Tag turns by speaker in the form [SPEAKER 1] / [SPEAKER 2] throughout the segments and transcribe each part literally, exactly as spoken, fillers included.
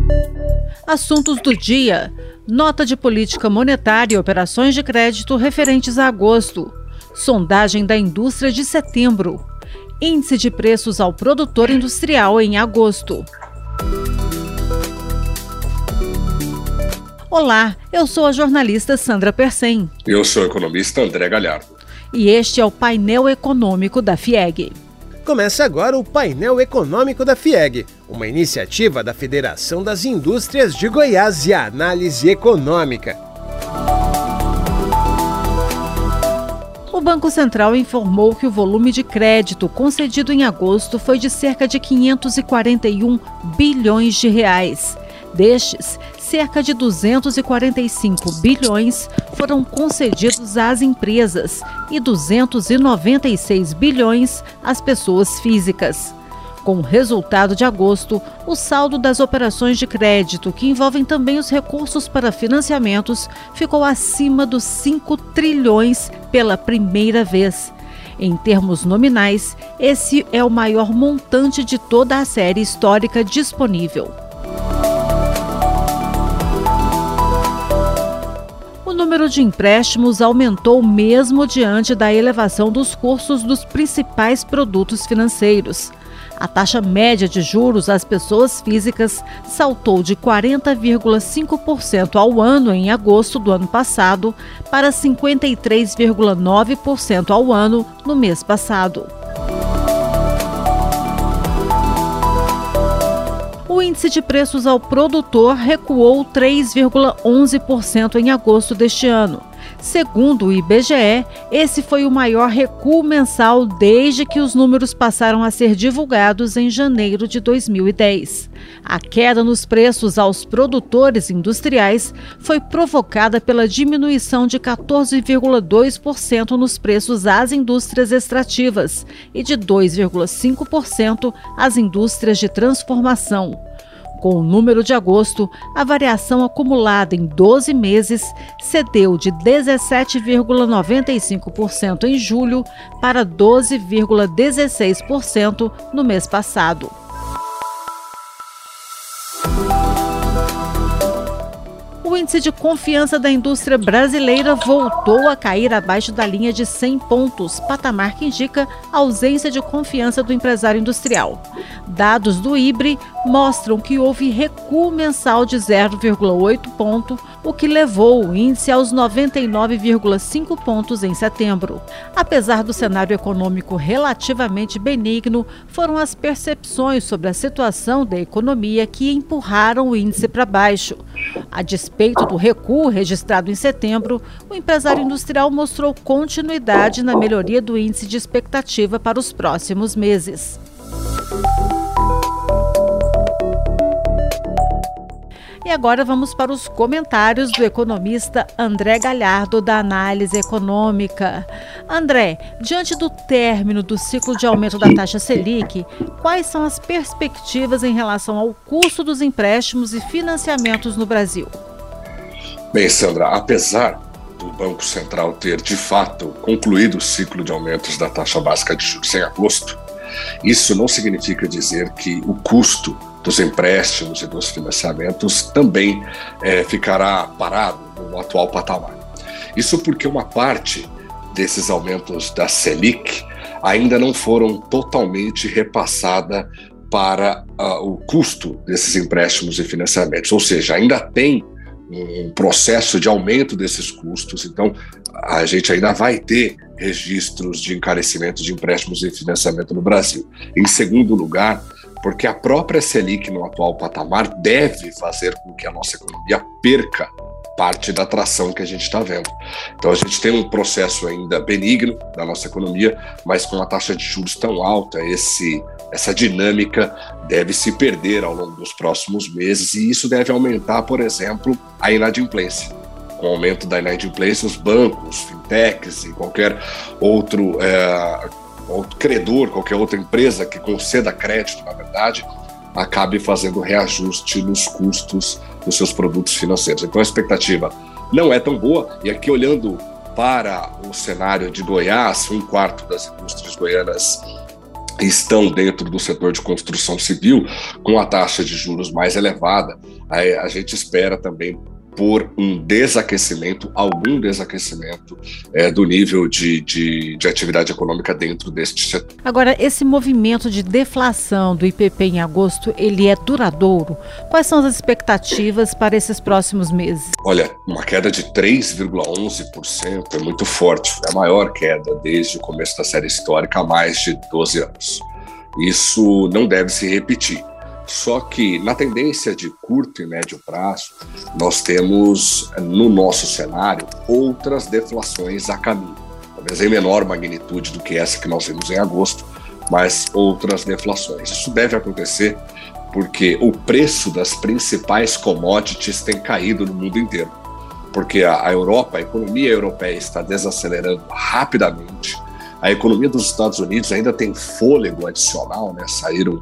[SPEAKER 1] Assuntos do dia. Nota de política monetária e operações de crédito referentes a agosto. Sondagem da indústria de setembro. Índice de preços ao produtor industrial em agosto. Olá, eu sou a jornalista Sandra Persen.
[SPEAKER 2] Eu sou o economista André Galhardo.
[SPEAKER 1] E este é o painel econômico da Fieg.
[SPEAKER 3] Começa agora o painel econômico da Fieg, uma iniciativa da Federação das Indústrias de Goiás e a Análise Econômica.
[SPEAKER 1] O Banco Central informou que o volume de crédito concedido em agosto foi de cerca de quinhentos e quarenta e um bilhões de reais. Destes, cerca de duzentos e quarenta e cinco bilhões foram concedidos às empresas e duzentos e noventa e seis bilhões às pessoas físicas. Com o resultado de agosto, o saldo das operações de crédito, que envolvem também os recursos para financiamentos, ficou acima dos cinco trilhões pela primeira vez. Em termos nominais, esse é o maior montante de toda a série histórica disponível. O número de empréstimos aumentou mesmo diante da elevação dos custos dos principais produtos financeiros. A taxa média de juros às pessoas físicas saltou de quarenta vírgula cinco por cento ao ano em agosto do ano passado para cinquenta e três vírgula nove por cento ao ano no mês passado. O índice de preços ao produtor recuou três vírgula onze por cento em agosto deste ano. Segundo o I B G E, esse foi o maior recuo mensal desde que os números passaram a ser divulgados em janeiro de dois mil e dez. A queda nos preços aos produtores industriais foi provocada pela diminuição de quatorze vírgula dois por cento nos preços às indústrias extrativas e de dois vírgula cinco por cento às indústrias de transformação. Com o número de agosto, a variação acumulada em doze meses cedeu de dezessete vírgula noventa e cinco por cento em julho para doze vírgula dezesseis por cento no mês passado. O índice de confiança da indústria brasileira voltou a cair abaixo da linha de cem pontos, patamar que indica a ausência de confiança do empresário industrial. Dados do I B R I mostram que houve recuo mensal de zero vírgula oito ponto, o que levou o índice aos noventa e nove vírgula cinco pontos em setembro. Apesar do cenário econômico relativamente benigno, foram as percepções sobre a situação da economia que empurraram o índice para baixo. A despeito do recuo registrado em setembro, o empresário industrial mostrou continuidade na melhoria do índice de expectativa para os próximos meses. E agora vamos para os comentários do economista André Galhardo, da Análise Econômica. André, diante do término do ciclo de aumento da taxa Selic, quais são as perspectivas em relação ao custo dos empréstimos e financiamentos no Brasil?
[SPEAKER 2] Bem, Sandra, apesar do Banco Central ter, de fato, concluído o ciclo de aumentos da taxa básica de juros em agosto, isso não significa dizer que o custo dos empréstimos e dos financiamentos também é, ficará parado no atual patamar. Isso porque uma parte desses aumentos da Selic ainda não foram totalmente repassada para uh, o custo desses empréstimos e financiamentos, ou seja, ainda tem um processo de aumento desses custos, então a gente ainda vai ter registros de encarecimento de empréstimos e financiamento no Brasil. Em segundo lugar, porque a própria Selic no atual patamar deve fazer com que a nossa economia perca parte da atração que a gente está vendo. Então a gente tem um processo ainda benigno da nossa economia, mas com a taxa de juros tão alta, esse, essa dinâmica deve se perder ao longo dos próximos meses e isso deve aumentar, por exemplo, a inadimplência. Com o aumento da inadimplência, os bancos, fintechs e qualquer outro, é, outro credor, qualquer outra empresa que conceda crédito, na verdade, acabe fazendo reajuste nos custos dos seus produtos financeiros. Então a expectativa não é tão boa, e aqui olhando para o cenário de Goiás, um quarto das indústrias goianas estão dentro do setor de construção civil, com a taxa de juros mais elevada, a gente espera também por um desaquecimento, algum desaquecimento é, do nível de, de, de atividade econômica dentro deste setor.
[SPEAKER 1] Agora, esse movimento de deflação do I P P em agosto, ele é duradouro? Quais são as expectativas para esses próximos meses?
[SPEAKER 2] Olha, uma queda de três vírgula onze por cento é muito forte, é a maior queda desde o começo da série histórica há mais de doze anos. Isso não deve se repetir. Só que na tendência de curto e médio prazo, nós temos no nosso cenário outras deflações a caminho. Talvez em menor magnitude do que essa que nós vimos em agosto, mas outras deflações. Isso deve acontecer porque o preço das principais commodities tem caído no mundo inteiro. Porque a Europa, a economia europeia está desacelerando rapidamente. A economia dos Estados Unidos ainda tem fôlego adicional, né? Saíram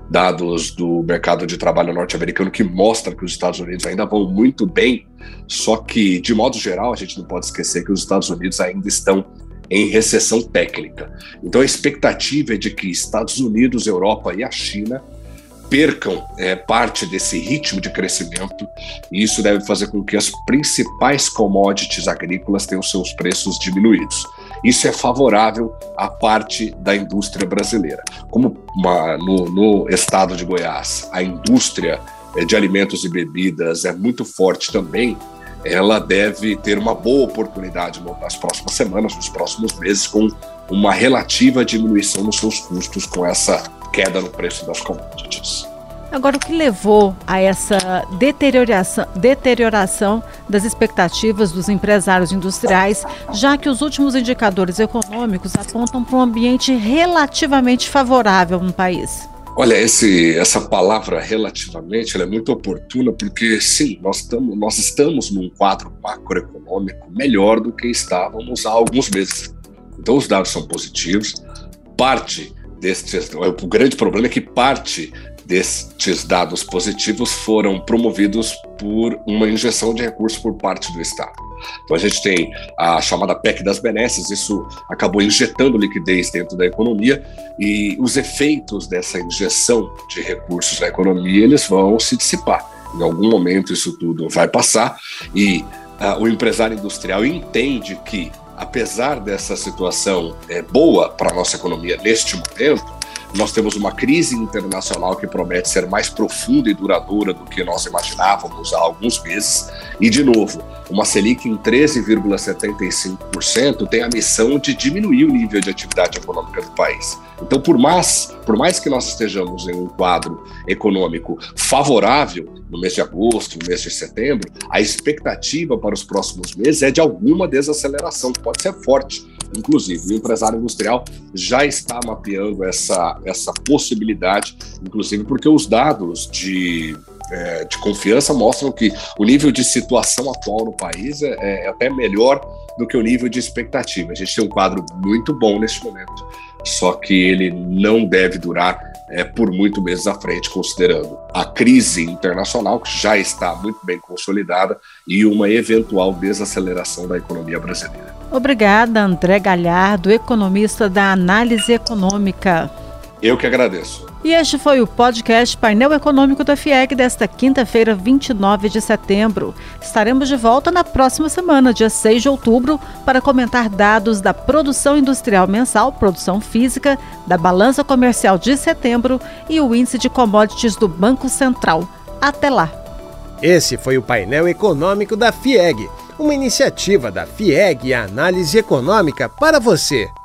[SPEAKER 2] dados do mercado de trabalho norte-americano que mostram que os Estados Unidos ainda vão muito bem, só que, de modo geral, a gente não pode esquecer que os Estados Unidos ainda estão em recessão técnica. Então, a expectativa é de que Estados Unidos, Europa e a China percam é, parte desse ritmo de crescimento, e isso deve fazer com que as principais commodities agrícolas tenham seus preços diminuídos. Isso é favorável à parte da indústria brasileira. Como uma, no, no estado de Goiás, a indústria de alimentos e bebidas é muito forte também, ela deve ter uma boa oportunidade nas próximas semanas, nos próximos meses, com uma relativa diminuição nos seus custos com essa queda no preço das commodities.
[SPEAKER 1] Agora, o que levou a essa deterioração, deterioração das expectativas dos empresários industriais, já que os últimos indicadores econômicos apontam para um ambiente relativamente favorável no país?
[SPEAKER 2] Olha, esse, essa palavra relativamente ela é muito oportuna porque, sim, nós, tamo, nós estamos num quadro macroeconômico melhor do que estávamos há alguns meses. Então, os dados são positivos. Parte destes, o grande problema é que parte destes dados positivos foram promovidos por uma injeção de recursos por parte do Estado. Então a gente tem a chamada P E C das benesses, isso acabou injetando liquidez dentro da economia e os efeitos dessa injeção de recursos na economia eles vão se dissipar. Em algum momento isso tudo vai passar e uh, o empresário industrial entende que, apesar dessa situação é, boa para a nossa economia neste momento, nós temos uma crise internacional que promete ser mais profunda e duradoura do que nós imaginávamos há alguns meses. E, de novo, uma Selic em treze vírgula setenta e cinco por cento tem a missão de diminuir o nível de atividade econômica do país. Então, por mais, por mais que nós estejamos em um quadro econômico favorável no mês de agosto, no mês de setembro, a expectativa para os próximos meses é de alguma desaceleração, que pode ser forte. Inclusive, o empresário industrial já está mapeando essa, essa possibilidade, inclusive porque os dados de, é, de confiança mostram que o nível de situação atual no país é, é até melhor do que o nível de expectativa. A gente tem um quadro muito bom neste momento, só que ele não deve durar é, por muitos meses à frente, considerando a crise internacional, que já está muito bem consolidada, e uma eventual desaceleração da economia brasileira.
[SPEAKER 1] Obrigada, André Galhardo, economista da Análise Econômica.
[SPEAKER 2] Eu que agradeço.
[SPEAKER 1] E este foi o podcast Painel Econômico da FIEG desta quinta-feira, vinte e nove de setembro. Estaremos de volta na próxima semana, dia seis de outubro, para comentar dados da produção industrial mensal, produção física, da balança comercial de setembro e o índice de commodities do Banco Central. Até lá!
[SPEAKER 3] Esse foi o Painel Econômico da FIEG, uma iniciativa da FIEG e a Análise Econômica para você.